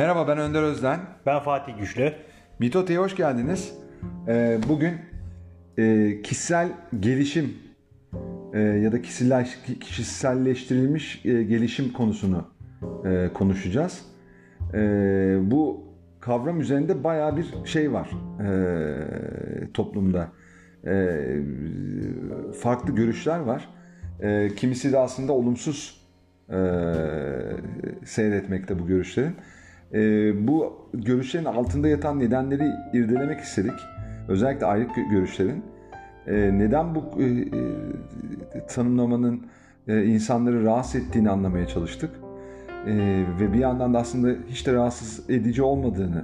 Merhaba, ben Önder Özden. Ben Fatih Güçlü. Mitote'ye hoş geldiniz. Bugün kişisel gelişim ya da kişiselleştirilmiş gelişim konusunu konuşacağız. Bu kavram üzerinde bayağı bir şey var toplumda. Farklı görüşler var. Kimisi de aslında olumsuz seyretmekte bu görüşlerin. Bu görüşlerin altında yatan nedenleri irdelemek istedik. Özellikle ayrık görüşlerin. Neden bu tanımlamanın insanları rahatsız ettiğini anlamaya çalıştık. Ve bir yandan da aslında hiç de rahatsız edici olmadığını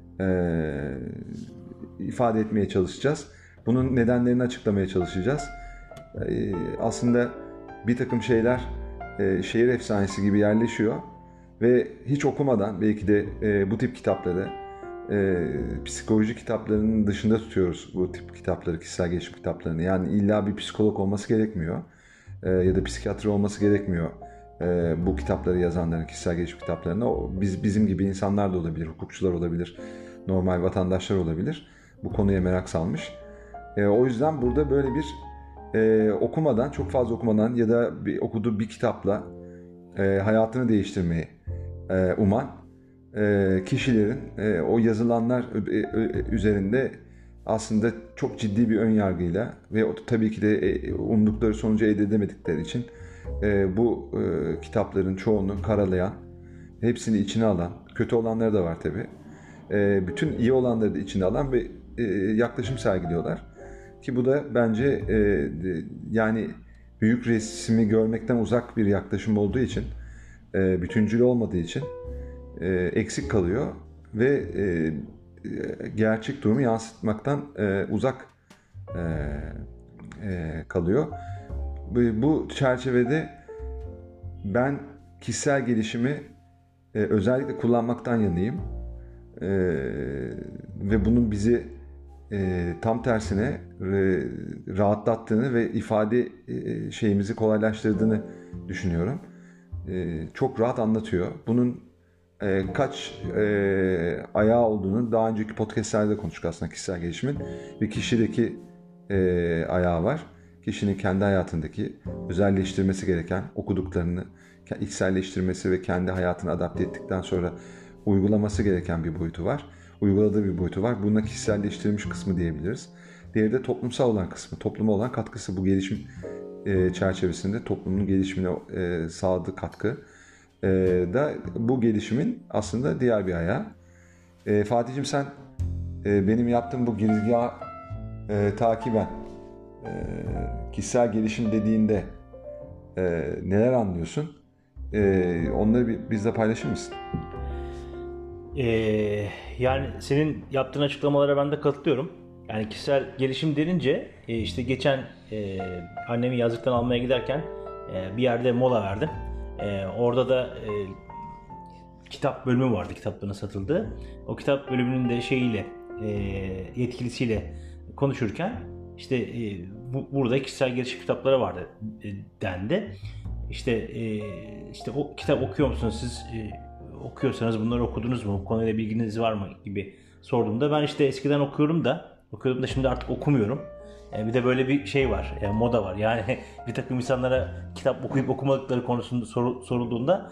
ifade etmeye çalışacağız. Bunun nedenlerini açıklamaya çalışacağız. Aslında bir takım şeyler şehir efsanesi gibi yerleşiyor. Ve hiç okumadan belki de bu tip kitapları, psikoloji kitaplarının dışında tutuyoruz bu tip kitapları, kişisel gelişim kitaplarını. Yani illa bir psikolog olması gerekmiyor ya da psikiyatri olması gerekmiyor bu kitapları yazanların, kişisel gelişim kitaplarına. Bizim gibi insanlar da olabilir, hukukçular olabilir, normal vatandaşlar olabilir. Bu konuya merak salmış. O yüzden burada böyle bir okumadan, çok fazla okumadan ya da okuduğu bir kitapla hayatını değiştirmeyi uman kişilerin o yazılanlar üzerinde aslında çok ciddi bir ön yargıyla ve tabii ki de umdukları sonucu elde edemedikleri için bu kitapların çoğunu karalayan, hepsini içine alan, kötü olanları da var tabii, bütün iyi olanları da içine alan bir yaklaşım sergiliyorlar. Ki bu da bence yani büyük resmi görmekten uzak bir yaklaşım olduğu için, bütüncül olmadığı için eksik kalıyor ve gerçek durumu yansıtmaktan uzak kalıyor. Bu çerçevede ben kişisel gelişimi özellikle kullanmaktan yanayım ve bunun bizi tam tersine rahatlattığını ve ifade şeyimizi kolaylaştırdığını düşünüyorum. Çok rahat anlatıyor. Bunun kaç ayağı olduğunu daha önceki podcastlerde konuştuk aslında kişisel gelişimin. Bir kişideki ayağı var. Kişinin kendi hayatındaki özelleştirmesi gereken okuduklarını içselleştirmesi ve kendi hayatını adapte ettikten sonra uygulaması gereken bir boyutu var. Uyguladığı bir boyutu var. Buna kişiselleştirilmiş kısmı diyebiliriz. Diğeri de toplumsal olan kısmı. Topluma olan katkısı, bu gelişim çerçevesinde toplumun gelişimine sağladığı katkı da bu gelişimin aslında diğer bir ayağı. Fatih'cim, sen benim yaptığım bu girizgahı takiben kişisel gelişim dediğinde neler anlıyorsun? Onları bizle paylaşır mısın? Yani senin yaptığın açıklamalara ben de katılıyorum. Yani kişisel gelişim denince işte geçen annemi yazlıktan almaya giderken bir yerde mola verdim. Orada da kitap bölümü vardı, kitapların satıldığı. O kitap bölümünün de yetkilisiyle konuşurken işte burada kişisel gelişim kitapları vardı dendi. İşte o kitap okuyor musunuz siz? Okuyorsanız bunları okudunuz mu? Bu konuyla bilginiz var mı gibi sorduğumda ben işte eskiden okuyordum da şimdi artık okumuyorum. Bir de böyle bir şey var, yani moda var. Yani bir takım insanlara kitap okuyup okumadıkları konusunda sorulduğunda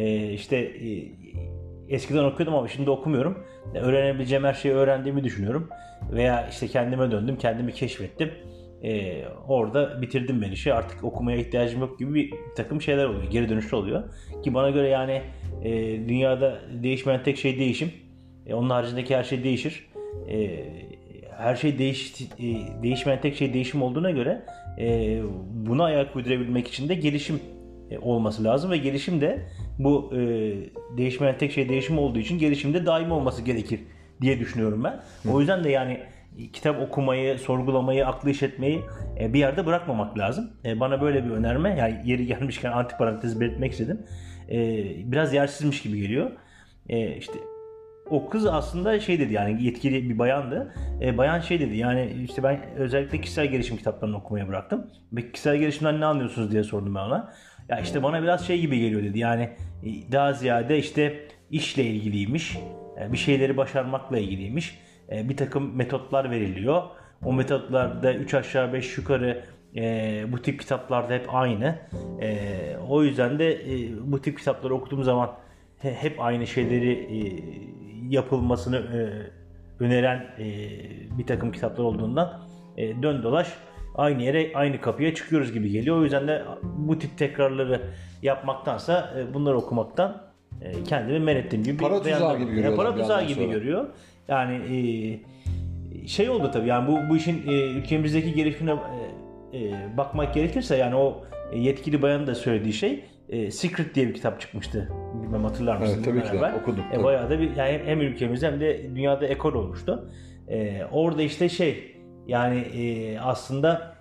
eskiden okuyordum ama şimdi okumuyorum. Öğrenebileceğim her şeyi öğrendiğimi düşünüyorum. Veya işte kendime döndüm, kendimi keşfettim. Orada bitirdim ben işi. Artık okumaya ihtiyacım yok gibi bir takım şeyler oluyor. Geri dönüşler oluyor. Ki bana göre yani dünyada değişmeyen tek şey değişim. Onun haricindeki her şey değişir. Her şey değişmeyen tek şey değişim olduğuna göre buna ayak uydurabilmek için de gelişim olması lazım ve gelişim de bu değişmeyen tek şey değişim olduğu için gelişimde daimi olması gerekir diye düşünüyorum ben. O yüzden de yani kitap okumayı, sorgulamayı, aklı işletmeyi bir yerde bırakmamak lazım. Bana böyle bir önerme, yani yeri gelmişken antiparantez belirtmek istedim. Biraz yersizmiş gibi geliyor. İşte o kız aslında şey dedi, yani yetkili bir bayandı. Bayan şey dedi, yani işte ben özellikle kişisel gelişim kitaplarını okumaya bıraktım. Ve kişisel gelişimden ne anlıyorsunuz diye sordum ben ona. Ya işte bana biraz şey gibi geliyor dedi. Yani daha ziyade işte işle ilgiliymiş. Bir şeyleri başarmakla ilgiliymiş. Bir takım metotlar veriliyor. O metotlarda 3 aşağı 5 yukarı bu tip kitaplarda hep aynı. O yüzden de bu tip kitapları okuduğum zaman hep aynı şeyleri yapılmasını öneren bir takım kitaplar olduğundan dön dolaş aynı yere, aynı kapıya çıkıyoruz gibi geliyor. O yüzden de bu tip tekrarları yapmaktansa bunları okumaktan kendimi men ettiğim gibi. Para tuzağı gibi görüyor. Para tuzağı gibi görüyor. Yani şey oldu tabii, yani bu işin ülkemizdeki gelişimine bakmak gerekirse, yani o yetkili bayanın da söylediği şey, Secret diye bir kitap çıkmıştı. Bilmem hatırlar mısınız? Evet, tabii ki de okudum. Bayağı da yani hem ülkemizde hem de dünyada ekol olmuştu. Orada işte yani aslında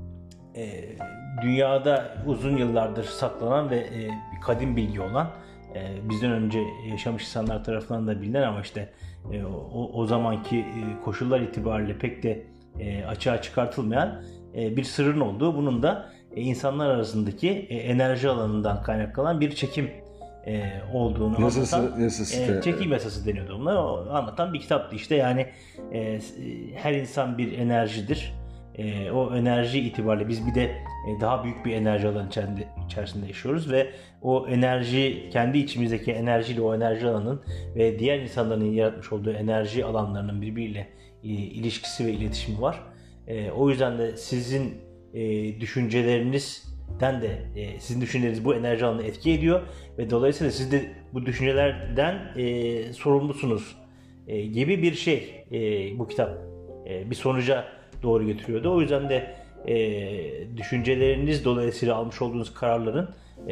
dünyada uzun yıllardır saklanan ve bir kadim bilgi olan, bizden önce yaşamış insanlar tarafından da bilinen ama işte o zamanki koşullar itibariyle pek de açığa çıkartılmayan bir sırrın olduğu, bunun da insanlar arasındaki enerji alanından kaynaklanan bir çekim olduğunu anlatan, çekim yasası deniyordu bunlar. O anlatan bir kitaptı işte. Yani her insan bir enerjidir. O enerji itibariyle biz bir de daha büyük bir enerji alanı içerisinde yaşıyoruz ve o enerji, kendi içimizdeki enerjiyle o enerji alanının ve diğer insanların yaratmış olduğu enerji alanlarının birbiriyle ilişkisi ve iletişimi var. O yüzden de sizin düşüncelerinizden de sizin düşünceleriniz bu enerji alanına etki ediyor ve dolayısıyla siz de bu düşüncelerden sorumlusunuz gibi bir şey bu kitap bir sonuca doğru götürüyordu. O yüzden de düşünceleriniz dolayısıyla almış olduğunuz kararların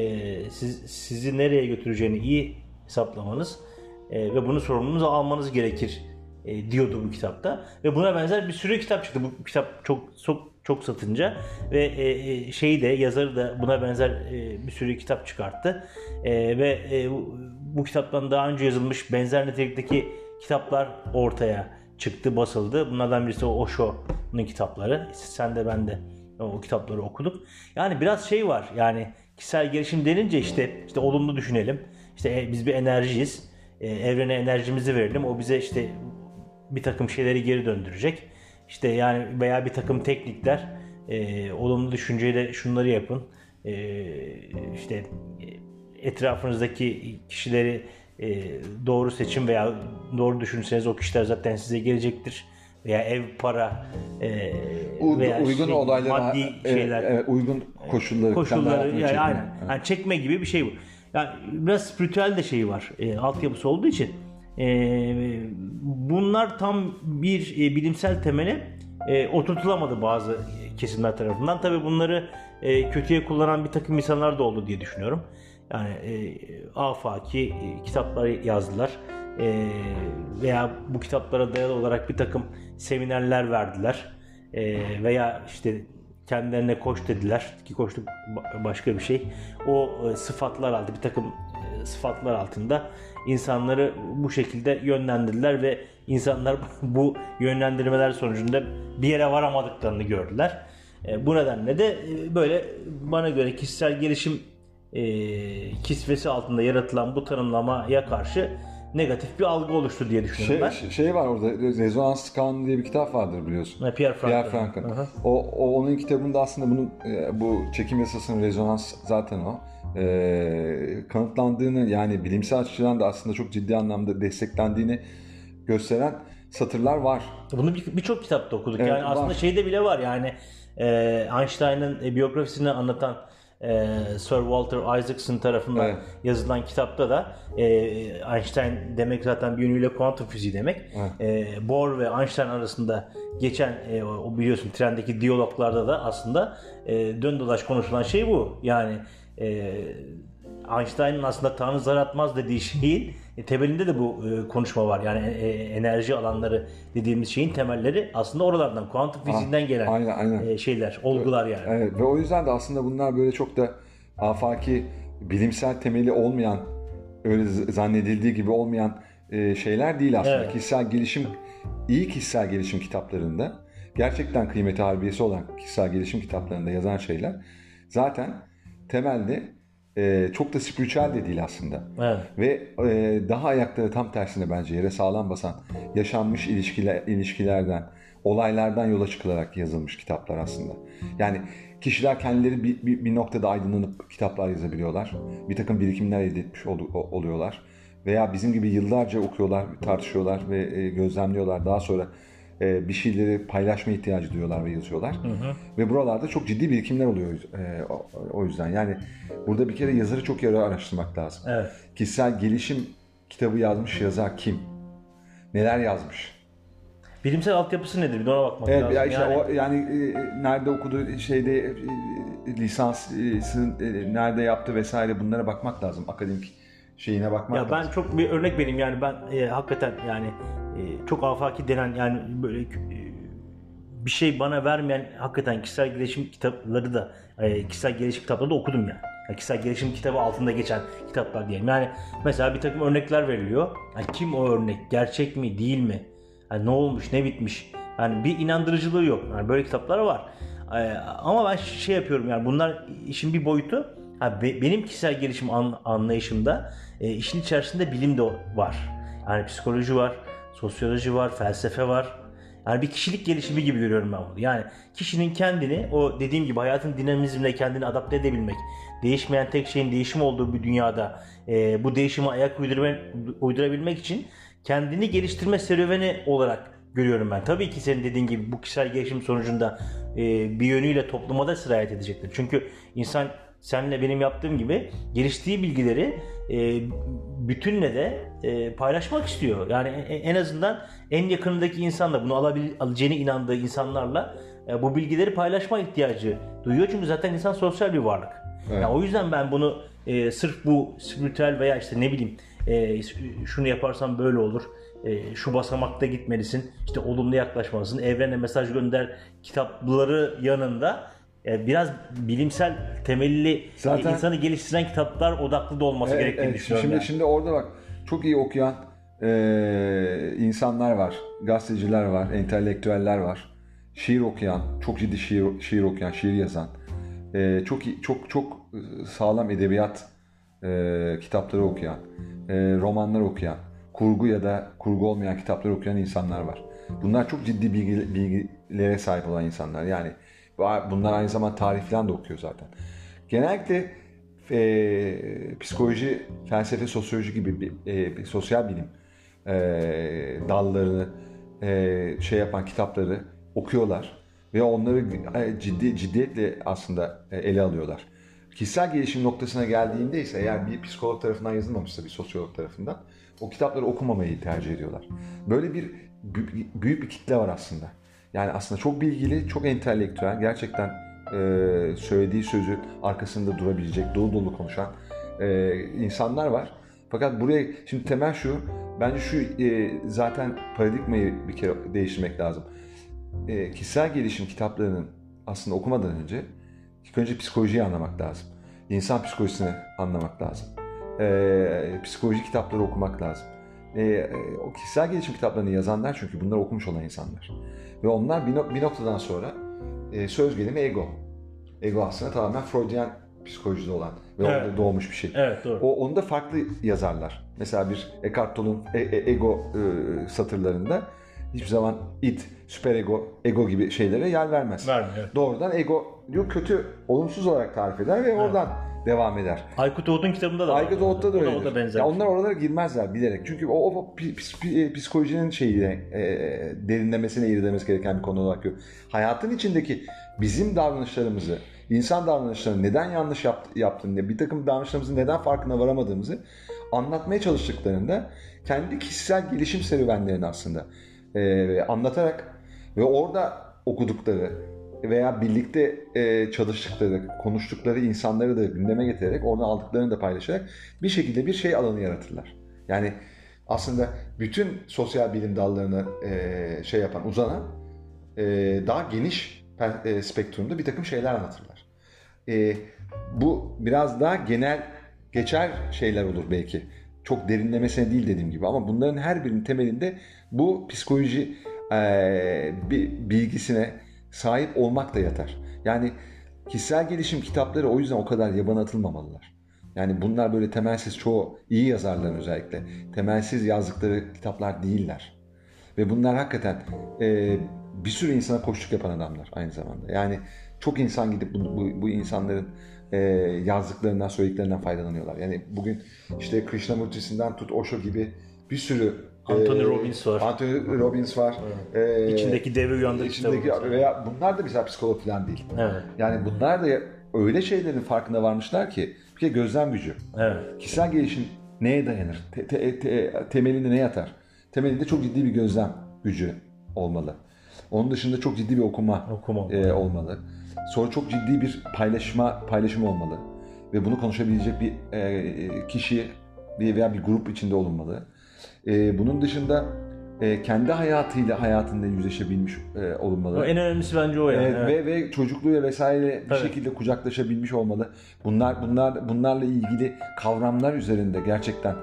sizi nereye götüreceğini iyi hesaplamanız ve bunun sorumluluğunuzu almanız gerekir diyordu bu kitapta. Ve buna benzer bir sürü kitap çıktı. Bu kitap çok satınca ve yazarı da buna benzer bir sürü kitap çıkarttı. Ve bu kitaptan daha önce yazılmış benzer nitelikteki kitaplar ortaya çıktı, basıldı. Bunlardan birisi Osho'nun kitapları. Sen de ben de o kitapları okuduk. Yani biraz var. Yani kişisel gelişim denince işte olumlu düşünelim. İşte biz bir enerjiyiz. Evrene enerjimizi verelim. O bize işte bir takım şeyleri geri döndürecek. İşte yani veya bir takım teknikler, olumlu düşünceyle şunları yapın. İşte etrafınızdaki kişileri doğru seçim veya doğru düşünürseniz o kişiler zaten size gelecektir. Veya ev, para veya uygun olaylara, maddi şeyler, uygun koşulları yani aynen. Yani çekme gibi bir şey bu. Yani biraz spiritüel de var. Altyapısı olduğu için bunlar tam bir bilimsel temele oturtulamadı bazı kesimler tarafından. Tabii bunları kötüye kullanan bir takım insanlar da oldu diye düşünüyorum. Yani afaki kitaplar yazdılar veya bu kitaplara dayalı olarak bir takım seminerler verdiler veya işte kendilerine koç dediler ki koçluk başka bir şey. O sıfatlar altında, bir takım sıfatlar altında insanları bu şekilde yönlendirdiler ve insanlar bu yönlendirmeler sonucunda bir yere varamadıklarını gördüler. Bu nedenle de böyle bana göre kişisel gelişim kisvesi altında yaratılan bu tanımlamaya karşı negatif bir algı oluştu diye düşünüyorum ben. Var orada, Rezonans Kanunu diye bir kitap vardır biliyorsun. Pierre Franklin. Onun kitabında aslında bu çekim yasasının rezonans zaten o. Kanıtlandığını, yani bilimsel açıdan da aslında çok ciddi anlamda desteklendiğini gösteren satırlar var. Bunu birçok kitapta okuduk. Evet, yani aslında şeyde bile var, yani Einstein'ın biyografisini anlatan Sir Walter Isaacson tarafından yazılan kitapta da Einstein demek zaten bir yönüyle kuantum fiziği demek. Bohr ve Einstein arasında geçen o biliyorsun trendeki diyaloglarda da aslında dön dolaş konuşulan şey bu. Yani Einstein'ın aslında Tanrı zar atmaz dediği şeyin temelinde de bu konuşma var. Yani enerji alanları dediğimiz şeyin temelleri aslında oralardan, kuantum fiziğinden gelen aynen. Şeyler, olgular yani. Evet, ve o yüzden de aslında bunlar böyle çok da afaki, bilimsel temeli olmayan, öyle zannedildiği gibi olmayan şeyler değil aslında. Evet. İyi kişisel gelişim kitaplarında, gerçekten kıymeti harbiyesi olan kişisel gelişim kitaplarında yazan şeyler zaten temelde çok da spiritüel de değil aslında. Evet. Ve daha ayakları tam tersine bence yere sağlam basan, yaşanmış ilişkilerden, olaylardan yola çıkılarak yazılmış kitaplar aslında. Yani kişiler kendileri bir noktada aydınlanıp kitaplar yazabiliyorlar. Bir takım birikimler elde etmiş oluyorlar. Veya bizim gibi yıllarca okuyorlar, tartışıyorlar ve gözlemliyorlar. Daha sonra bir şeyleri paylaşma ihtiyacı duyuyorlar ve yazıyorlar. Hı hı. Ve buralarda çok ciddi birikimler oluyor o yüzden. Yani burada bir kere yazarı çok iyi araştırmak lazım. Evet. Kişisel gelişim kitabı yazmış yazar kim? Neler yazmış? Bilimsel altyapısı nedir? Bir de ona bakmak Evet, lazım. ya işte nerede okuduğu şeyde lisansı nerede yaptı vesaire bunlara bakmak lazım. Akademik şeyine bakmak Ya lazım. ben çok bir örnek vereyim yani ben hakikaten yani çok afaki denen yani böyle bir şey bana vermeyen hakikaten kişisel gelişim kitapları da kişisel gelişim kitapları da okudum yani. Yani kişisel gelişim kitabı altında geçen kitaplar diyelim. Yani mesela bir takım örnekler veriliyor. Yani kim o örnek? Gerçek mi? Değil mi? Yani ne olmuş? Ne bitmiş? Yani bir inandırıcılığı yok. Yani böyle kitaplar var. Ama ben şey yapıyorum yani bunlar işin bir boyutu. Benim kişisel gelişim anlayışımda işin içerisinde bilim de var. Yani psikoloji var, sosyoloji var, felsefe var. Yani bir kişilik gelişimi gibi görüyorum ben bunu. Yani kişinin kendini o dediğim gibi hayatın dinamizmine kendini adapte edebilmek, değişmeyen tek şeyin değişim olduğu bir dünyada bu değişime ayak uydurabilmek için kendini geliştirme serüveni olarak görüyorum ben. Tabii ki senin dediğin gibi bu kişisel gelişim sonucunda bir yönüyle topluma da sirayet edecektir. Çünkü insan seninle benim yaptığım gibi geliştiği bilgileri bütünle de paylaşmak istiyor. Yani en azından en yakınındaki insanla bunu alacağını inandığı insanlarla bu bilgileri paylaşma ihtiyacı duyuyor. Çünkü zaten insan sosyal bir varlık. Evet. Yani o yüzden ben bunu sırf bu spiritüel veya işte ne bileyim şunu yaparsan böyle olur. Şu basamakta gitmelisin. İşte olumlu yaklaşmalısın. Evrene mesaj gönder kitapları yanında biraz bilimsel temelli Zaten insanı geliştiren kitaplar odaklı da olması gerektiğini düşünüyorum. Şimdi orada bak çok iyi okuyan insanlar var. Gazeteciler var, entelektüeller var. Şiir okuyan, çok ciddi şiir okuyan, şiir yazan. Çok sağlam edebiyat kitapları okuyan, romanlar okuyan, kurgu ya da kurgu olmayan kitapları okuyan insanlar var. Bunlar çok ciddi bilgilere sahip olan insanlar. Yani bunlar aynı zamanda tarih falan da okuyor zaten. Genellikle psikoloji, felsefe, sosyoloji gibi bir sosyal bilim dallarını şey yapan kitapları okuyorlar ve onları ciddiyetle aslında ele alıyorlar. Kişisel gelişim noktasına geldiğinde ise eğer bir psikolog tarafından yazılmamışsa bir sosyolog tarafından o kitapları okumamayı tercih ediyorlar. Böyle büyük bir kitle var aslında. Yani aslında çok bilgili, çok entelektüel, gerçekten söylediği sözü arkasında durabilecek, dolu dolu konuşan insanlar var. Fakat buraya şimdi temel şu, bence şu zaten paradigmayı bir kere değiştirmek lazım. Kişisel gelişim kitaplarının aslında okumadan önce ilk önce psikolojiyi anlamak lazım. İnsan psikolojisini anlamak lazım. Psikoloji kitapları okumak lazım. O kişisel gelişim kitaplarını yazanlar çünkü bunları okumuş olan insanlar. Ve onlar bir noktadan sonra söz gelimi ego. Ego aslında tamamen Freudian psikolojide olan ve orada doğmuş bir şey. Evet, doğru. Onu da farklı yazarlar. Mesela bir Eckhart Tolle'un ego satırlarında hiçbir zaman süper ego gibi şeylere yer vermez. Evet. Doğrudan ego diyor kötü, olumsuz olarak tarif eder ve oradan devam eder. Aykut Oğut'un kitabında da var. Aykut Oğut'ta da öyledir. O da benzer. Ya onlar oralara girmezler bilerek. Çünkü o psikolojinin derinlemesine irdemesi gereken bir konu olarak görüyor. Hayatın içindeki bizim davranışlarımızı, insan davranışlarını neden yanlış yaptığını, bir takım davranışlarımızın neden farkına varamadığımızı anlatmaya çalıştıklarında kendi kişisel gelişim serüvenlerini aslında anlatarak ve orada okudukları veya birlikte çalıştıkları, konuştukları insanları da gündeme getirerek, oradan aldıklarını da paylaşarak bir şekilde bir şey alanı yaratırlar. Yani aslında bütün sosyal bilim dallarına uzanan daha geniş spektrumda bir takım şeyler anlatırlar. Bu biraz daha genel geçer şeyler olur belki. Çok derinlemesine değil dediğim gibi ama bunların her birinin temelinde bu psikoloji bilgisine sahip olmak da yatar. Yani kişisel gelişim kitapları o yüzden o kadar yabana atılmamalılar. Yani bunlar böyle temelsiz, çoğu iyi yazarların özellikle temelsiz yazdıkları kitaplar değiller. Ve bunlar hakikaten bir sürü insana koçluk yapan adamlar aynı zamanda. Yani çok insan gidip bu insanların yazdıklarından, söylediklerinden faydalanıyorlar. Yani bugün işte Krishnamurti'sinden tut, Osho gibi bir sürü Anthony Robbins var. Anthony Robbins var. İçindeki devi uyandır kitabı. Veya bunlar da mesela psikolog falan değil. Evet. Yani bunlar da öyle şeylerin farkına varmışlar ki bir kere gözlem gücü. Evet. Kişisel gelişim neye dayanır? Temelinde ne yatar? Temelinde çok ciddi bir gözlem gücü olmalı. Onun dışında çok ciddi bir okuma olmalı. Sonra çok ciddi bir paylaşım olmalı. Ve bunu konuşabilecek bir kişi veya bir grup içinde olunmalı. Bunun dışında kendi hayatında yüzleşebilmiş olunmalı. O en önemlisi bence o yani. Evet. Ve çocukluğuyla vesaire bir şekilde kucaklaşabilmiş olmalı. Bunlarla ilgili kavramlar üzerinde gerçekten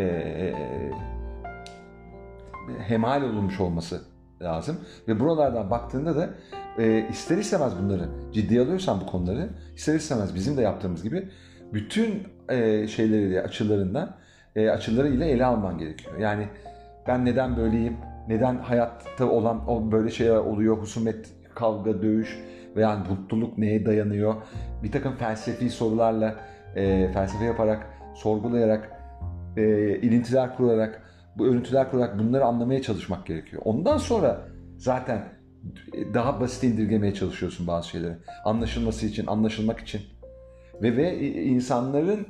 hemhal olunmuş olması lazım. Ve buralardan baktığında da ister istemez bunları ciddiye alıyorsan bu konuları, ister istemez bizim de yaptığımız gibi bütün açılarıyla ele alman gerekiyor. Yani ben neden böyleyim, neden hayatta olan böyle şeyler oluyor, husumet, kavga, dövüş veya mutluluk neye dayanıyor? Bir takım felsefi sorularla, felsefe yaparak, sorgulayarak, ilintiler kurarak, örüntüler kurarak bunları anlamaya çalışmak gerekiyor. Ondan sonra zaten daha basit indirgemeye çalışıyorsun bazı şeyleri. Anlaşılması için, anlaşılmak için. Ve insanların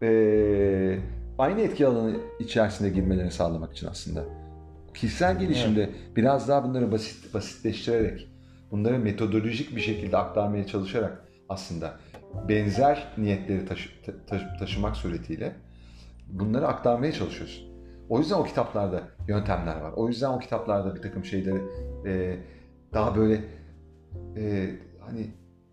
aynı etki alanı içerisinde girmelerini sağlamak için aslında. Kişisel gelişimde biraz daha bunları basitleştirerek, bunları metodolojik bir şekilde aktarmaya çalışarak aslında benzer niyetleri taşımak suretiyle bunları aktarmaya çalışıyorsun. O yüzden o kitaplarda yöntemler var. O yüzden o kitaplarda bir takım şeyleri daha böyle hani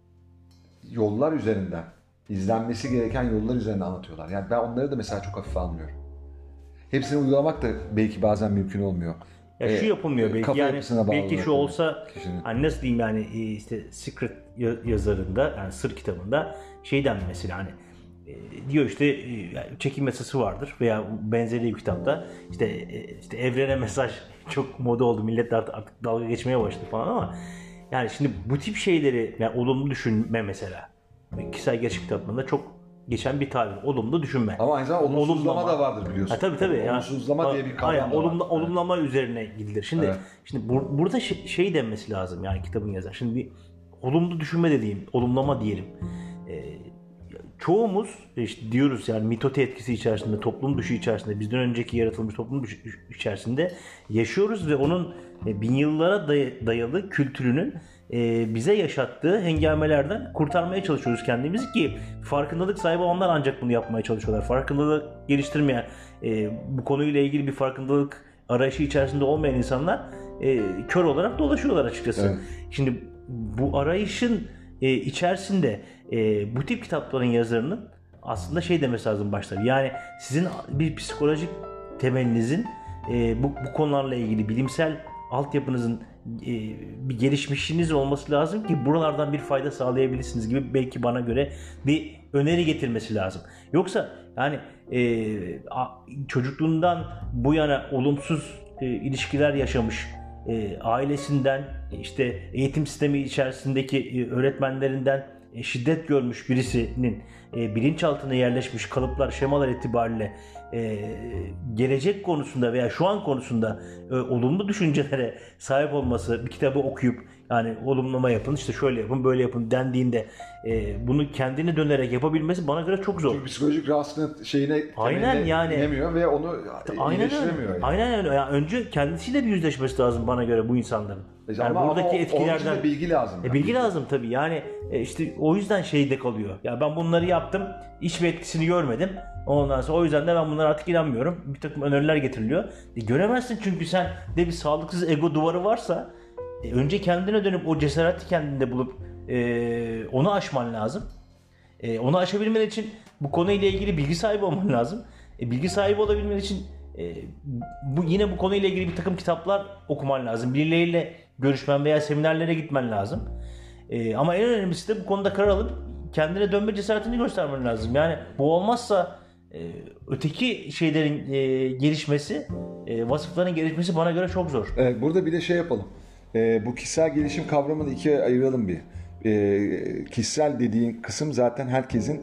yollar üzerinden, izlenmesi gereken yollar üzerinden anlatıyorlar. Yani ben onları da mesela çok hafife almıyorum. Hepsini uygulamak da belki bazen mümkün olmuyor. Ya şu yapılmıyor belki, yani belki şu olsa kişinin. hani nasıl diyeyim, yani işte Secret yazarında, yani Sır kitabında şeyden mesela hani diyor işte çekim yasası vardır veya benzeri bir kitapta işte evrene mesaj çok moda oldu, millet artık dalga geçmeye başladı falan, ama yani şimdi bu tip şeyleri, yani olumlu düşünme mesela kişisel gelişim kitaplarında çok geçen bir tabir, olumlu düşünme. Ama aynı zamanda olumsuzlama da vardır biliyorsun. Tabii. Olumsuzlama diye bir kavram var. Olumlama üzerine gidilir. Şimdi burada şey denmesi lazım yani kitabın yazar. Şimdi bir olumlu düşünme dediğim, olumlama diyelim. Çoğumuz işte diyoruz yani mitote etkisi içerisinde, toplum dışı içerisinde, bizden önceki yaratılmış toplum dışı içerisinde yaşıyoruz ve onun bin yıllara dayalı kültürünün bize yaşattığı hengamelerden kurtarmaya çalışıyoruz kendimizi, ki farkındalık sahibi olanlar ancak bunu yapmaya çalışıyorlar. Farkındalık geliştirmeyen, bu konuyla ilgili bir farkındalık arayışı içerisinde olmayan insanlar kör olarak dolaşıyorlar açıkçası. Evet. Şimdi bu arayışın içerisinde bu tip kitapların yazarının aslında şey demesi lazım başta. Yani sizin bir psikolojik temelinizin, bu konularla ilgili bilimsel altyapınızın bir gelişmişiniz olması lazım ki buralardan bir fayda sağlayabilirsiniz gibi, belki bana göre bir öneri getirmesi lazım. Yoksa yani çocukluğundan bu yana olumsuz ilişkiler yaşamış, ailesinden, işte eğitim sistemi içerisindeki öğretmenlerinden şiddet görmüş birisinin bilinçaltına yerleşmiş kalıplar, şemalar itibariyle gelecek konusunda veya şu an konusunda olumlu düşüncelere sahip olması, bir kitabı okuyup yani olumlama yapın, işte şöyle yapın, böyle yapın dendiğinde bunu kendine dönerek yapabilmesi bana göre çok zor. Çünkü psikolojik rahatsızlığın aynen yani inemiyor ve onu iyileştiremiyor. Yani. Aynen öyle. Yani önce kendisiyle bir yüzleşmesi lazım bana göre bu insanların. Yani buradaki etkilerden onun bilgi lazım. Bilgi lazım tabii. Yani işte o yüzden şeyde kalıyor. Ya ben bunları yaptım, hiçbir etkisini görmedim. Ondan sonra o yüzden de ben bunlara artık inanmıyorum. Bir takım öneriler getiriliyor. Göremezsin çünkü sen de bir sağlıksız ego duvarı varsa önce kendine dönüp o cesareti kendinde bulup onu aşman lazım. Onu aşabilmen için bu konuyla ilgili bilgi sahibi olman lazım. Bilgi sahibi olabilmen için yine bu konuyla ilgili bir takım kitaplar okuman lazım. Birileriyle görüşmen veya seminerlere gitmen lazım. Ama en önemlisi de bu konuda karar alıp kendine dönme cesaretini göstermen lazım. Yani bu olmazsa öteki şeylerin gelişmesi, vasıfların gelişmesi bana göre çok zor. Evet, burada bir de şey yapalım. Bu kişisel gelişim kavramını ikiye ayıralım bir. Kişisel dediğin kısım zaten herkesin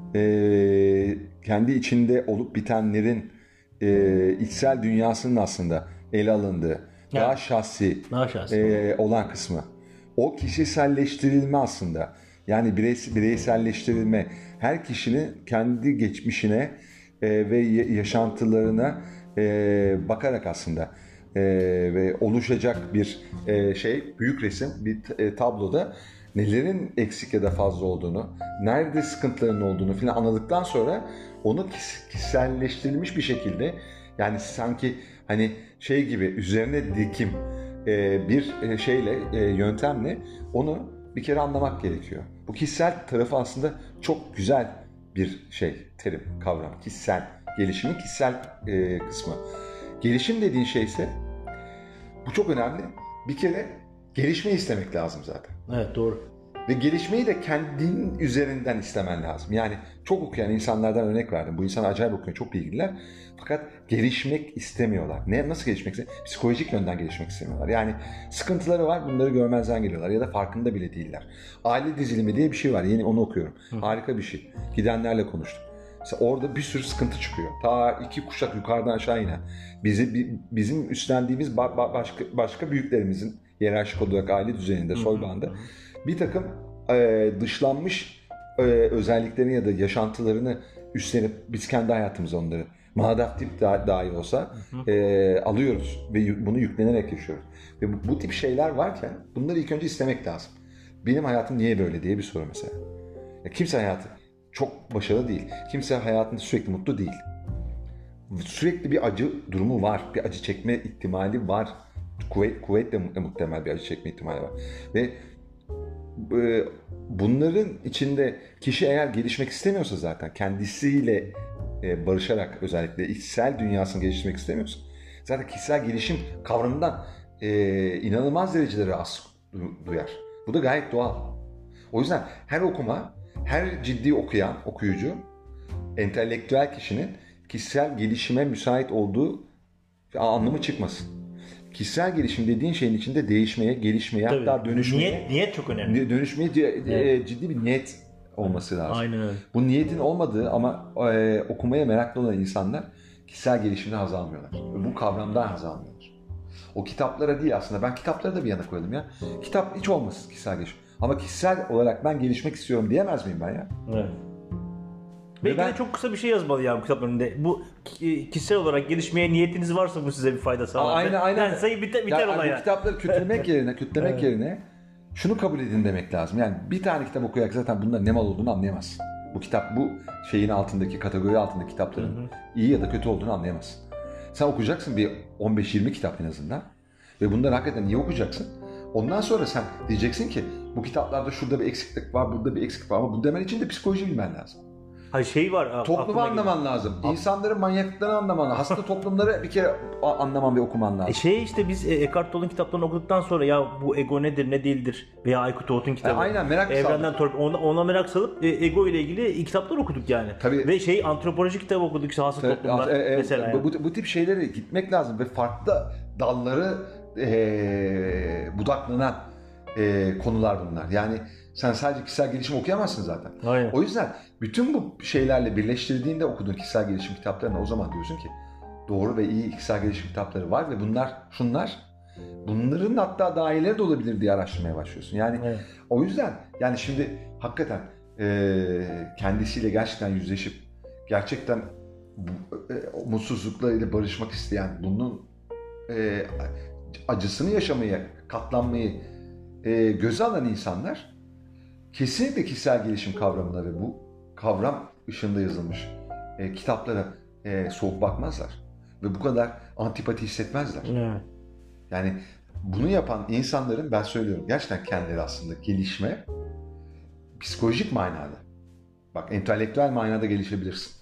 kendi içinde olup bitenlerin içsel dünyasının aslında ele alındığı, daha şahsi, olan kısmı. O kişiselleştirilme aslında. Yani bireyselleştirilme. Her kişinin kendi geçmişine ve yaşantılarına bakarak aslında ve oluşacak bir büyük resim, bir tabloda nelerin eksik ya da fazla olduğunu, nerede sıkıntıların olduğunu falan anladıktan sonra onu kişiselleştirilmiş bir şekilde, yani sanki hani şey gibi üzerine dikim bir yöntemle onu bir kere anlamak gerekiyor. Bu kişisel tarafı aslında çok güzel bir terim, kavram. Kişisel gelişimin kişisel kısmı. Gelişim dediğin şey ise bu çok önemli. Bir kere gelişmeyi istemek lazım zaten. Evet, doğru. Ve gelişmeyi de kendin üzerinden istemen lazım. Yani çok okuyan insanlardan örnek verdim. Bu insan acayip okuyor, çok bilgililer. Fakat gelişmek istemiyorlar. Nasıl gelişmek istemiyorlar? Psikolojik yönden gelişmek istemiyorlar. Yani sıkıntıları var, bunları görmezden geliyorlar. Ya da farkında bile değiller. Aile dizilimi diye bir şey var. Yeni onu okuyorum. Harika bir şey. Gidenlerle konuştum. Mesela orada bir sürü sıkıntı çıkıyor. Ta 2 kuşak yukarıdan aşağı inen. Bizim üstlendiğimiz başka büyüklerimizin hiyerarşik olarak aile düzeninde, soybağında bir takım dışlanmış özelliklerini ya da yaşantılarını üstlenip biz kendi hayatımıza onları maddiyat dahi olsa alıyoruz ve bunu yüklenerek yaşıyoruz. Ve bu tip şeyler varken bunları ilk önce istemek lazım. Benim hayatım niye böyle diye bir soru mesela. Ya kimse hayatı çok başarılı değil. Kimse hayatında sürekli mutlu değil. Sürekli bir acı durumu var. Bir acı çekme ihtimali var. Kuvvetle muhtemel bir acı çekme ihtimali var. Ve bunların içinde kişi eğer gelişmek istemiyorsa zaten kendisiyle barışarak, özellikle içsel dünyasını geliştirmek istemiyorsa zaten kişisel gelişim kavramından inanılmaz derecede rahatsız duyar. Bu da gayet doğal. O yüzden her ciddi okuyucu, entelektüel kişinin kişisel gelişime müsait olduğu anlamı çıkmasın. Kişisel gelişim dediğin şeyin içinde değişmeye, gelişmeye, tabii, hatta dönüşmeye... Niyet çok önemli. Dönüşmeye ciddi bir niyet olması lazım. Aynen öyle. Bu niyetin olmadığı ama okumaya meraklı olan insanlar kişisel gelişimden haz almıyorlar. Bu kavramdan haz almıyorlar. O kitaplara değil aslında. Ben kitapları da bir yana koyalım ya. Kitap hiç olmasın kişisel gelişim. Ama kişisel olarak ben gelişmek istiyorum diyemez miyim ben ya? Evet. Belki de çok kısa bir şey yazmalı ya bu kitap önünde. Bu kişisel olarak gelişmeye niyetiniz varsa bu size bir fayda sağlar. Aynen. Yani sayı biter olay ya. Bu kitapları kütlemek yerine şunu kabul edin demek lazım. Yani bir tane kitap okuyarak zaten bunların ne mal olduğunu anlayamazsın. Bu kitap bu şeyin altındaki, kategori altındaki kitapların iyi ya da kötü olduğunu anlayamazsın. Sen okuyacaksın bir 15-20 kitap en azından. Ve bunları hakikaten iyi okuyacaksın. Ondan sonra sen diyeceksin ki bu kitaplarda şurada bir eksiklik var, burada bir eksiklik var ama bu demen için de psikoloji bilmen lazım. Hayır var. Toplumu anlaman lazım. İnsanların manyaklıklarını anlaman lazım. Hasta toplumları bir kere anlaman ve okuman lazım. İşte biz Eckhart Tolle'un kitaplarını okuduktan sonra ya bu ego nedir ne değildir veya Aykut Oğut'un kitabı. Aynen, merak Evrenden Torp ona merak salıp ego ile ilgili kitaplar okuduk yani. Tabii. Ve antropoloji kitabı okuduk işte hasıl toplumlar mesela. Yani. Bu tip şeylere gitmek lazım ve farklı dalları budaklanan konular bunlar. Yani sen sadece kişisel gelişim okuyamazsın zaten. Aynen. O yüzden bütün bu şeylerle birleştirdiğinde okuduğun kişisel gelişim kitaplarına o zaman diyorsun ki doğru ve iyi kişisel gelişim kitapları var ve bunların hatta daha iyileri de olabilir diye araştırmaya başlıyorsun. Yani o yüzden yani şimdi hakikaten kendisiyle gerçekten yüzleşip gerçekten mutsuzluklarıyla barışmak isteyen, bunun acısını yaşamaya, katlanmayı göze alan insanlar kesinlikle kişisel gelişim kavramına ve bu kavram ışığında yazılmış kitaplara soğuk bakmazlar. Ve bu kadar antipati hissetmezler. Evet. Yani bunu yapan insanların, ben söylüyorum, gerçekten kendileri aslında gelişme psikolojik manada. Bak, entelektüel manada gelişebilirsin.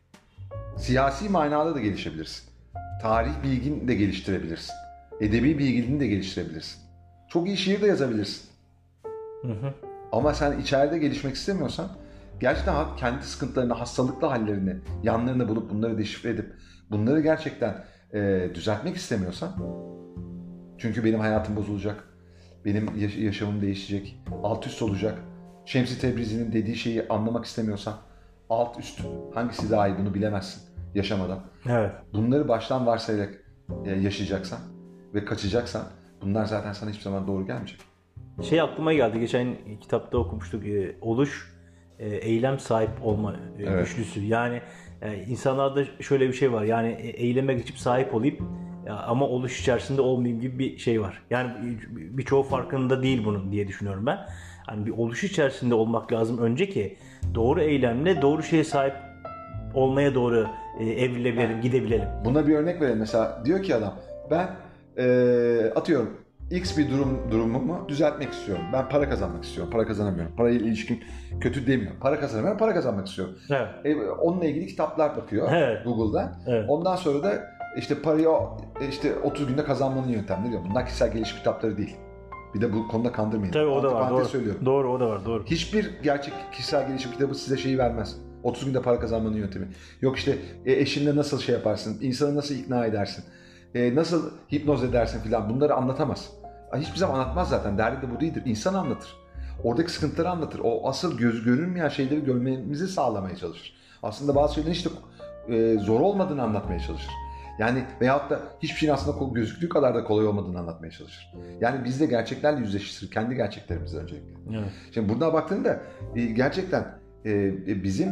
Siyasi manada da gelişebilirsin. Tarih bilgini de geliştirebilirsin. Edebi bilgini de geliştirebilirsin. Çok iyi şiir de yazabilirsin. Ama sen içeride gelişmek istemiyorsan gerçekten kendi sıkıntılarını, hastalıklı hallerini, yanlarını bulup bunları deşifre edip bunları gerçekten düzeltmek istemiyorsan, çünkü benim hayatım bozulacak, benim yaşamım değişecek, alt üst olacak. Şems-i Tebrizi'nin dediği şeyi anlamak istemiyorsan alt üst hangisi daha iyi bunu bilemezsin yaşamadan. Evet. Bunları baştan varsayarak yaşayacaksan ve kaçacaksan bunlar zaten sana hiçbir zaman doğru gelmeyecek. Şey aklıma geldi, geçen kitapta okumuştuk, oluş, eylem, sahip olma Evet. üçlüsü. Yani insanlarda şöyle bir şey var, yani eyleme geçip sahip olayım ama oluş içerisinde olmayayım gibi bir şey var. Yani birçoğu farkında değil bunun diye düşünüyorum ben. Hani bir oluş içerisinde olmak lazım önce ki doğru eylemle doğru şeye sahip olmaya doğru evrilebilelim, gidebilelim. Buna bir örnek verelim. Mesela diyor ki adam, ben atıyorum X bir durumumu düzeltmek istiyorum. Ben para kazanmak istiyorum. Para kazanamıyorum. Parayla ilişkim kötü demiyor. Para kazanamıyorum. Para kazanmak istiyorum. Evet. Onunla ilgili kitaplar bakıyor Evet. Google'dan. Evet. Ondan sonra da işte parayı işte 30 günde kazanmanın yöntemleri diyor. Bunlar kişisel gelişim kitapları değil. Bir de bu konuda kandırmayın. Tabii o da var. Doğru. Söylüyorum. Doğru, o da var. Doğru. Hiçbir gerçek kişisel gelişim kitabı size şeyi vermez. 30 günde para kazanmanın yöntemi. Yok işte eşinle nasıl şey yaparsın, insanı nasıl ikna edersin, nasıl hipnoz edersin filan, bunları anlatamaz. Hiçbir zaman anlatmaz zaten. Derdi de bu değildir. İnsan anlatır. Oradaki sıkıntıları anlatır. O asıl görünmeyen şeyleri görmemizi sağlamaya çalışır. Aslında bazı şeylerin işte zor olmadığını anlatmaya çalışır. Yani veyahut da hiçbir şeyin aslında gözüktüğü kadar da kolay olmadığını anlatmaya çalışır. Yani biz de gerçeklerle yüzleştirir. Kendi gerçeklerimizle öncelikle. Evet. Şimdi buradan baktığında gerçekten bizim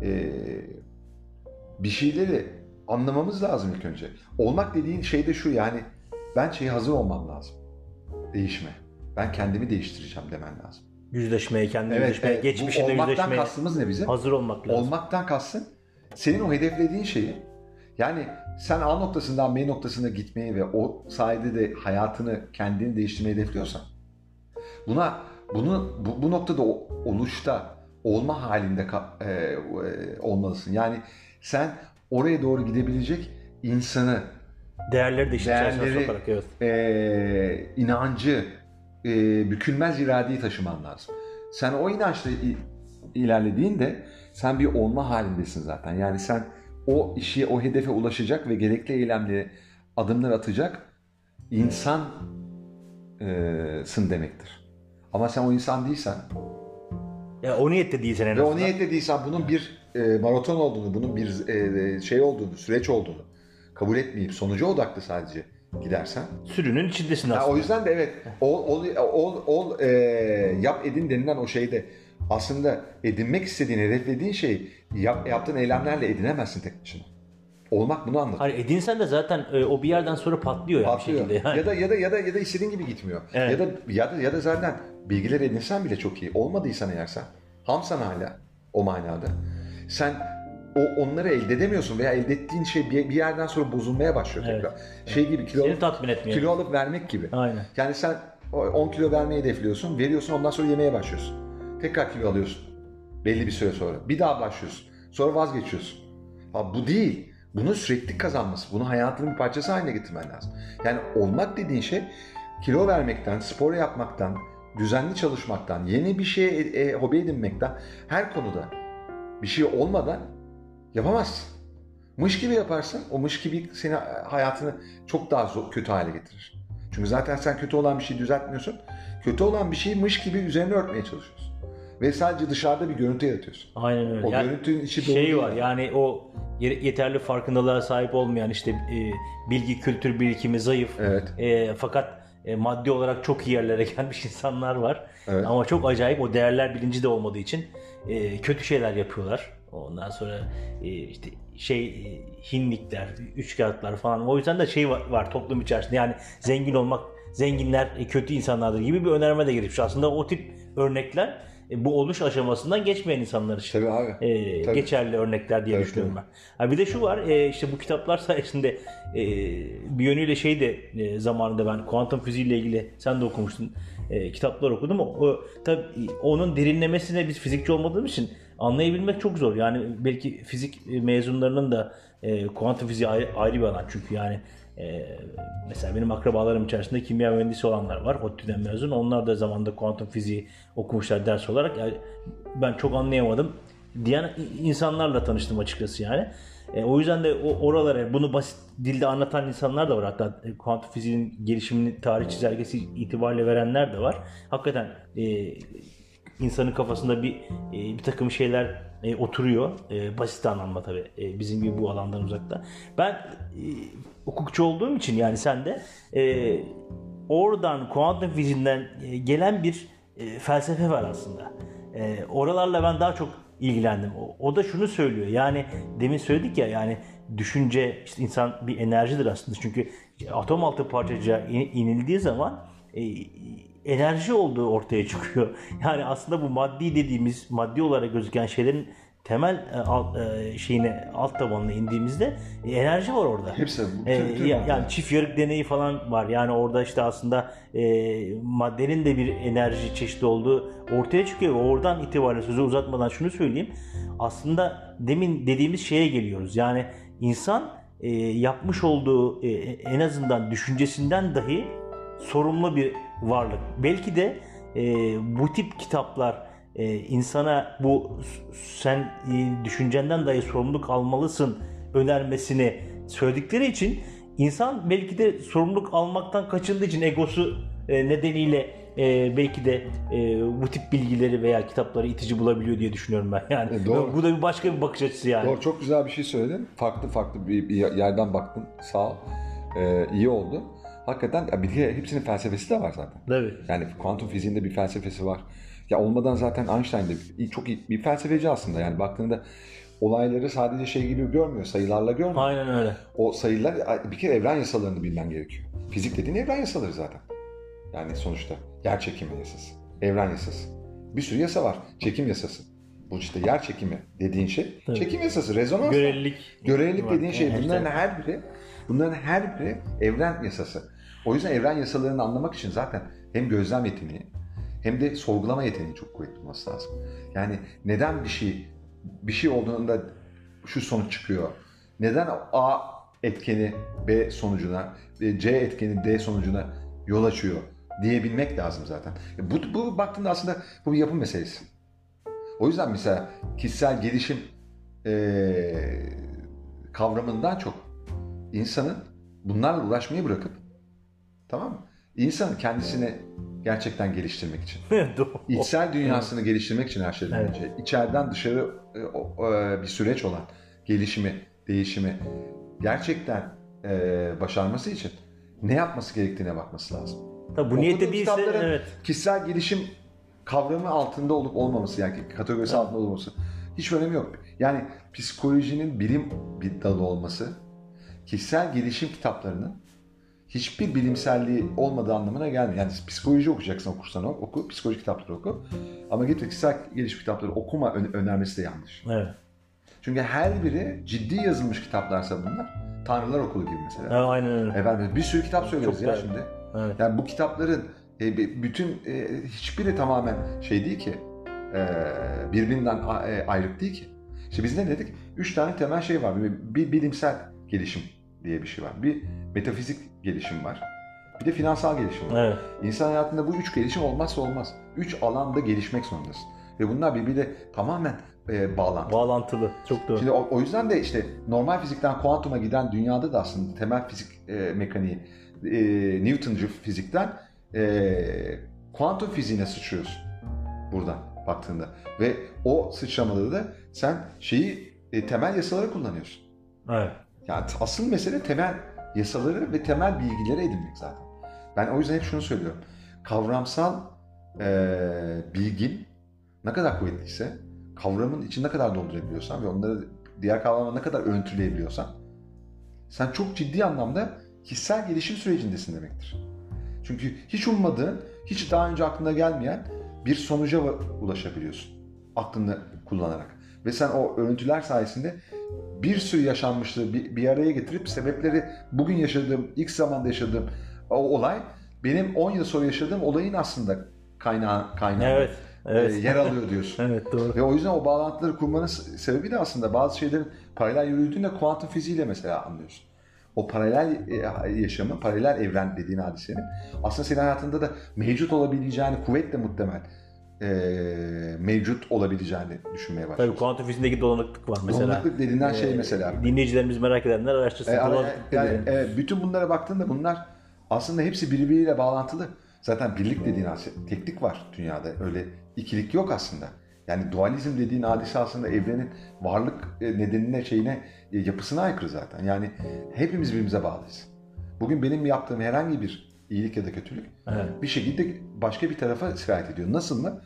bir şeyleri anlamamız lazım ilk önce. Olmak dediğin şey de şu, yani ben hazır olmam lazım. Değişme. Ben kendimi değiştireceğim demen lazım. Yüzleşmeye, kendine yüzleşmeye, geçmişinde olmaktan yüzleşmeye. kastımız ne bizim? Hazır olmak lazım. Olmaktan kastın senin o hedeflediğin şeyi, yani sen A noktasından B noktasına gitmeyi ve o sayede de hayatını, kendini değiştirmeyi hedefliyorsan bu noktada oluşta olma halinde olmalısın. Yani sen oraya doğru gidebilecek insanı, Değerleri de işin içerisine sokarak, evet. inancı, bükülmez iradeyi taşıman lazım. Sen o inançla ilerlediğinde sen bir olma halindesin zaten. Yani sen o işi, o hedefe ulaşacak ve gerekli eylemleri, adımlar atacak insansın demektir. Ama sen o insan değilsen Ya o niyette değilsen en ve azından. o niyette değilsen bunun bir maraton olduğunu, bunun bir şey olduğunu, süreç olduğunu kabul etmeyip sonuca odaklı sadece gidersen. Sürünün içindesin Ya aslında. o yüzden de evet, yap edin denilen o şeyde aslında edinmek istediğin, hedeflediğin şeyi yaptığın eylemlerle edinemezsin tek başına. Olmak bunu anlatır. Hani edinsen de zaten o bir yerden sonra patlıyor ya Patlıyor. bir şekilde. Yani. Ya da istediğin gibi gitmiyor. Evet. Ya da zaten bilgiler edinsen bile çok iyi. Olmadıysan eğer sen hamsan hala o manada. Sen onları elde edemiyorsun veya elde ettiğin şey bir yerden sonra bozulmaya başlıyor tekrar. Evet. Şey gibi Seni tatmin etmiyor. kilo alıp vermek gibi. Aynen. Yani sen 10 kilo vermeyi hedefliyorsun, veriyorsun, ondan sonra yemeye başlıyorsun. Tekrar kilo alıyorsun belli bir süre sonra. Bir daha başlıyorsun. Sonra vazgeçiyorsun. Bu değil. Bunun sürekli kazanması, bunu hayatının bir parçası haline getirmen lazım. Yani olmak dediğin şey kilo vermekten, spor yapmaktan, düzenli çalışmaktan, yeni bir şey hobi edinmekten, her konuda bir şey olmadan yapamazsın. Mış gibi yaparsın, o mış gibi seni, hayatını çok daha kötü hale getirir. Çünkü zaten sen kötü olan bir şeyi düzeltmiyorsun. Kötü olan bir şeyi mış gibi üzerine örtmeye çalışıyorsun. Ve sadece dışarıda bir görüntü yaratıyorsun. Aynen öyle. O Yani görüntünün içi dolu şey değil var yani. yani o yeterli farkındalığa sahip olmayan, işte bilgi, kültür birikimi zayıf. Evet. Fakat maddi olarak çok iyi yerlere gelmiş insanlar var. Evet. Ama çok acayip, o değerler bilinci de olmadığı için kötü şeyler yapıyorlar. Ondan sonra işte hinlikler, üçkağıtlar falan. O yüzden de şey var toplum içerisinde. Yani zengin olmak, zenginler kötü insanlardır gibi bir önerme de girmiş. Aslında o tip örnekler bu oluş aşamasından geçmeyen insanlar için Tabii abi. Tabii. geçerli örnekler diye Tabii, düşünüyorum ben. Ha, bir de şu var, işte bu kitaplar sayesinde bir yönüyle zamanında ben kuantum fiziğiyle ilgili, sen de okumuştun, kitaplar okudum. Tabii onun derinlemesine biz fizikçi olmadığımız için anlayabilmek çok zor. Yani belki fizik mezunlarının da kuantum fiziği ayrı bir alan çünkü yani mesela benim akrabalarım içerisinde kimya mühendisi olanlar var. ODTÜ'den mezun. Onlar da zamanında kuantum fiziği okumuşlar ders olarak. Yani ben çok anlayamadım diyen insanlarla tanıştım açıkçası yani. O yüzden de oralara bunu basit dilde anlatan insanlar da var. Hatta kuantum fiziğin gelişimini tarih çizelgesi itibariyle verenler de var. Hakikaten insanın kafasında bir takım şeyler oturuyor. Basit anlamda tabii. Bizim gibi bu alandan uzakta. Ben hukukçu olduğum için yani sen de oradan kuantum fiziğinden gelen bir felsefe var aslında. Oralarla ben daha çok ilgilendim. O da şunu söylüyor. Yani demin söyledik ya yani düşünce işte insan bir enerjidir aslında. Çünkü atom altı parçacığa inildiği zaman enerji olduğu ortaya çıkıyor. Yani aslında bu maddi dediğimiz maddi olarak gözüken şeylerin temel şeyine alt tabanına indiğimizde enerji var orada. Hepsi yani çift yarık deneyi falan var. Yani orada işte aslında maddenin de bir enerji çeşidi olduğu ortaya çıkıyor. Oradan itibaren sözü uzatmadan şunu söyleyeyim. Aslında demin dediğimiz şeye geliyoruz. Yani insan yapmış olduğu en azından düşüncesinden dahi sorumlu bir varlık. Belki de bu tip kitaplar insana bu sen düşüncenden dahi sorumluluk almalısın önermesini söyledikleri için insan belki de sorumluluk almaktan kaçındığı için egosu nedeniyle belki de bu tip bilgileri veya kitapları itici bulabiliyor diye düşünüyorum ben. Yani doğru. Bu da başka bir bakış açısı yani. Doğru, çok güzel bir şey söyledin. Farklı bir yerden baktın. Sağ ol. İyi oldu. Hakikaten bir de hepsinin felsefesi de var zaten. Tabii. Yani kuantum fiziğinde bir felsefesi var. Ya olmadan zaten Einstein de çok iyi bir felsefeci aslında. Yani baktığında olayları sadece şey gibi görmüyor, sayılarla görmüyor. Aynen öyle. O sayılar bir kere evren yasalarını bilmen gerekiyor. Fizik dediğin evren yasaları zaten. Yani sonuçta yer çekimi yasası, evren yasası. Bir sürü yasa var. Çekim yasası. Bu işte yer çekimi dediğin şey. Tabii. Çekim yasası, rezonans. Görelilik dediğin şey. Bunların her biri evren yasası. O yüzden evren yasalarını anlamak için zaten hem gözlem yeteneği hem de sorgulama yeteneği çok kuvvetli olması lazım. Yani neden bir şey olduğunda şu sonuç çıkıyor? Neden A etkeni B sonucuna, C etkeni D sonucuna yol açıyor diyebilmek lazım zaten. Bu baktığında aslında bu bir yapı meselesi. O yüzden mesela kişisel gelişim kavramından çok insanın bunlarla uğraşmayı bırakıp, tamam mı? İnsanın kendisini gerçekten geliştirmek için, içsel dünyasını geliştirmek için her şeyden önce, içeriden dışarı bir süreç olan gelişimi, değişimi gerçekten başarması için ne yapması gerektiğine bakması lazım. Tabii bu niyette değilse kişisel gelişim kavramı altında olup olmaması, yani kategorisi altında olması hiç önemi yok. Yani psikolojinin bilim bir dalı olması, kişisel gelişim kitaplarının hiçbir bilimselliği olmadığı anlamına gelmiyor. Yani psikoloji okuyacaksın, okursan oku, psikoloji kitapları oku. Ama git kişisel gelişim kitapları okuma önermesi de yanlış. Evet. Çünkü her biri ciddi yazılmış kitaplarsa bunlar, Tanrılar Okulu gibi mesela. Aynen öyle. Efendim, bir sürü kitap söyleriz ya şimdi. Evet. Yani bu kitapların bütün hiçbiri tamamen şey değil ki, birbirinden ayrık değil ki. İşte biz ne dedik? 3 tane temel şey var. Bir bilimsel gelişim diye bir şey var. Bir metafizik gelişim var. Bir de finansal gelişim var. Evet. İnsan hayatında bu 3 gelişim olmazsa olmaz. 3 alanda gelişmek zorundasın. Ve bunlar birbiriyle tamamen bağlantılı. Çok doğru. Şimdi o yüzden de işte normal fizikten kuantuma giden dünyada da aslında temel fizik mekaniği, Newtoncu fizikten kuantum fiziğine sıçrıyorsun buradan baktığında. Ve o sıçramaları da sen temel yasaları kullanıyorsun. Evet. Yani asıl mesele temel yasaları ve temel bilgileri edinmek zaten. Ben o yüzden hep şunu söylüyorum. Kavramsal bilgin ne kadar kuvvetliyse, kavramın içini ne kadar doldurabiliyorsan ve onları diğer kavramlara ne kadar öntüleyebiliyorsan, sen çok ciddi anlamda kişisel gelişim sürecindesin demektir. Çünkü hiç ummadığın, hiç daha önce aklına gelmeyen bir sonuca ulaşabiliyorsun aklını kullanarak. Ve sen o örüntüler sayesinde bir sürü yaşanmışlığı bir araya getirip sebepleri, bugün yaşadığım, ilk zamanda yaşadığım o olay benim 10 yıl sonra yaşadığım olayın aslında kaynağı. Evet. Evet. yer alıyor diyorsun. Evet, doğru. Ve o yüzden o bağlantıları kurmanın sebebi de aslında bazı şeylerin paralel yürüdüğünde kuantum fiziğiyle mesela anlıyorsun. O paralel yaşamın, paralel evren dediğin hadisenin aslında senin hayatında da mevcut olabileceğini, kuvvetle muhtemel mevcut olabileceğini düşünmeye başlıyorsun. Tabii kuantum fiziğindeki dolanıklık var mesela. Dolanıklık denilen şey mesela. Dinleyicilerimiz merak edenler araştırsın. Dolanıklık dediğin. Bütün bunlara baktığında bunlar aslında hepsi birbiriyle bağlantılı. Zaten birlik dediğin teklik var dünyada. Öyle ikilik yok aslında. Yani dualizm dediğin hadise aslında evrenin varlık nedenine, yapısına aykırı zaten. Yani hepimiz birbirimize bağlıyız. Bugün benim yaptığım herhangi bir iyilik ya da kötülük bir şekilde başka bir tarafa sirayet ediyor. Nasıl mı?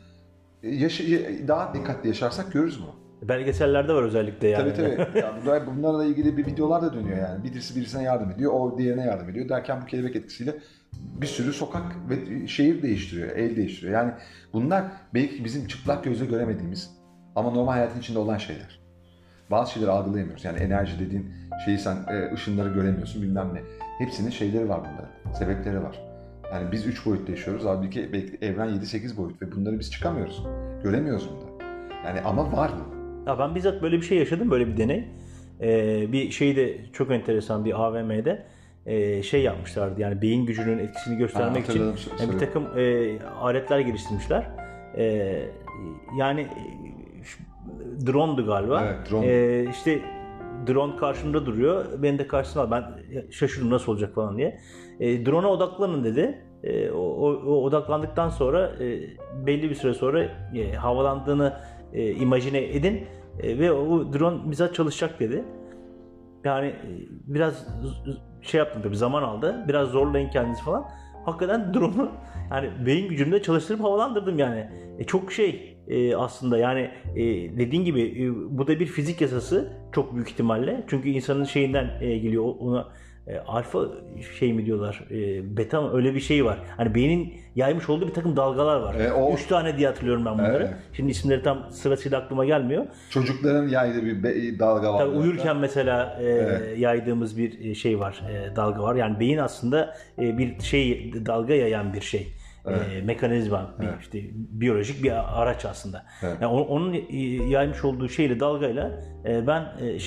Daha dikkatli yaşarsak görürüz bunu. Belgesellerde var özellikle yani. Tabii. Yani bunlarla ilgili bir videolar da dönüyor yani. Birisi birisine yardım ediyor, o diğerine yardım ediyor derken bu kelebek etkisiyle bir sürü sokak ve şehir değiştiriyor, el değiştiriyor. Yani bunlar belki bizim çıplak gözle göremediğimiz ama normal hayatın içinde olan şeyler. Bazı şeyleri algılayamıyoruz. Yani enerji dediğin şeyi sen ışınları göremiyorsun bilmem ne. Hepsinin şeyleri var bunların, sebepleri var. Yani biz 3 boyutta yaşıyoruz. Halbuki belki evren 7-8 boyut ve bunları biz çıkamıyoruz. Göremiyoruz bunları. Yani ama var bu. Ya ben bizzat böyle bir şey yaşadım, böyle bir deney. Bir şey de çok enteresan, bir AVM'de şey yapmışlardı, yani beyin gücünün etkisini göstermek için bir takım aletler geliştirmişler. Yani drone'du galiba. Evet, drone. İşte drone karşımda duruyor, beni de karşısına al. Ben şaşırdım nasıl olacak falan diye. Drone'a odaklanın dedi. O odaklandıktan sonra belli bir süre sonra havalandığını imajine edin ve o drone bizzat çalışacak dedi. Yani biraz şey yaptım tabii, zaman aldı. Biraz zorlayın kendinizi falan. Hakikaten drone'u yani beyin gücümle çalıştırıp havalandırdım yani. Çok aslında yani dediğin gibi bu da bir fizik yasası çok büyük ihtimalle. Çünkü insanın şeyinden geliyor ona. Alfa mi diyorlar, beta mı, öyle bir şey var. Hani beynin yaymış olduğu bir takım dalgalar var. 3 tane diye hatırlıyorum ben bunları. Evet. Şimdi isimleri tam sırasıyla aklıma gelmiyor. Çocukların yaydığı bir dalga var. Tabii uyurken mesela yaydığımız bir şey var, dalga var. Yani beyin aslında bir dalga yayan bir şey. Evet. Mekanizma, işte biyolojik bir araç aslında. Evet. Yani onun yaymış olduğu dalgayla ben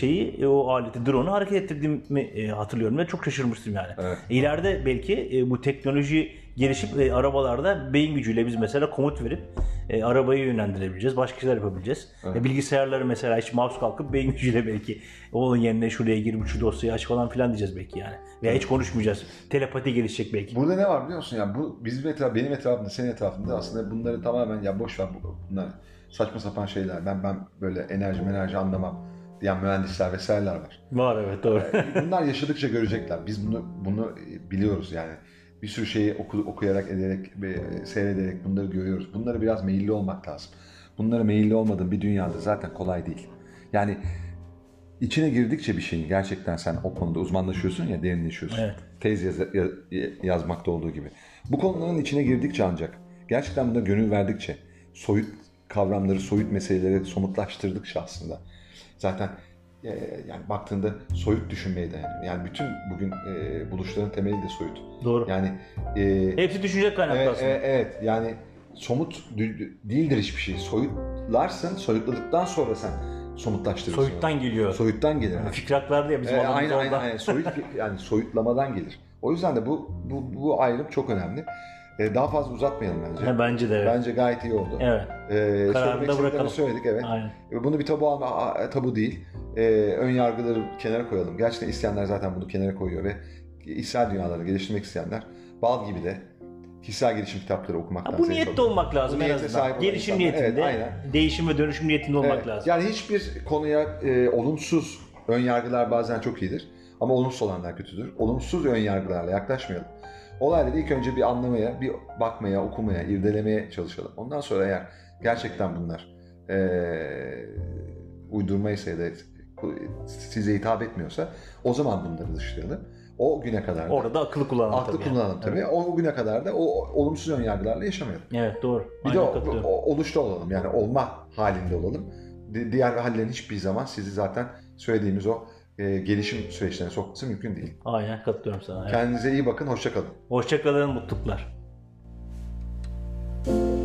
o aleti, drone'u hareket ettirdiğimi hatırlıyorum ve çok şaşırmıştım yani. Evet. İleride belki bu teknoloji gelişip arabalarda beyin gücüyle biz mesela komut verip arabayı yönlendirebileceğiz, başka şeyler yapabileceğiz. Evet. Bilgisayarları mesela hiç mouse kalkıp beyin gücüyle belki onun yerine şuraya gir, şu dosyayı aç falan filan diyeceğiz belki yani. Veya hiç konuşmayacağız. Telepati gelişecek belki. Burada ne var biliyor musun? Yani bu benim etrafımda, senin etrafında aslında bunları tamamen ya boş ver, bunlar saçma sapan şeyler. Ben böyle enerji anlamam diyen mühendisler vesaireler var. Var, evet, doğru. Bunlar yaşadıkça görecekler. Biz bunu biliyoruz yani. Bir sürü şeyi okuyarak, ederek, seyrederek bunları görüyoruz. Bunlara biraz meyilli olmak lazım. Bunlara meyilli olmadığın bir dünyada zaten kolay değil. Yani içine girdikçe bir şeyin gerçekten sen o konuda uzmanlaşıyorsun ya, derinleşiyorsun. Evet. Tez yazmakta olduğu gibi. Bu konuların içine girdikçe ancak, gerçekten buna gönül verdikçe, soyut kavramları, soyut meseleleri somutlaştırdıkça aslında zaten yani baktığında soyut düşünmeye dayanıyor. Yani bütün bugün buluşların temeli de soyut. Doğru. Yani hepsi düşünce kaynaklı aslında. Evet. Yani somut değildir hiçbir şey. Soyutlarsın, soyutladıktan sonra sen somutlaştırırsın. Soyuttan geliyor. Soyuttan gelir. Yani fikrat vardı ya bizim adamımız orada. Aynen. Yani soyutlamadan gelir. O yüzden de bu ayrım çok önemli. Daha fazla uzatmayalım bence. Bence de evet. Bence gayet iyi oldu. Evet. Kararında bırakalım. Söyledik, evet. Aynen. Bunu bir tabu değil. Ön yargıları kenara koyalım. Gerçekten isteyenler zaten bunu kenara koyuyor ve içsel dünyalarını geliştirmek isteyenler bal gibi de kişisel gelişim kitapları okumaktan bu niyette olmak lazım en azından. Gelişim niyetinde, değişim ve dönüşüm niyetinde olmak lazım. Yani hiçbir konuya olumsuz ön yargılar bazen çok iyidir. Ama olumsuz olanlar kötüdür. Olumsuz ön yargılarla yaklaşmayalım. Olayları ilk önce bir anlamaya, bir bakmaya, okumaya, irdelemeye çalışalım. Ondan sonra eğer gerçekten bunlar uydurmaysa ya da size hitap etmiyorsa o zaman bunları dışlayalım. O güne kadar da orada akıllı kullanalım tabii. Kullanalım tabii. Evet. O güne kadar da o olumsuz ön yargılarla yaşamayalım. Evet, doğru. Bir de oluşta olalım. Yani olma halinde olalım. Diğer hallerin hiçbir zaman sizi zaten söylediğimiz o gelişim süreçlerine sokması mümkün değil. Aynen, katılıyorum sana. Evet. Kendinize iyi bakın. Hoşça kalın. Hoşça kalın, mutluluklar.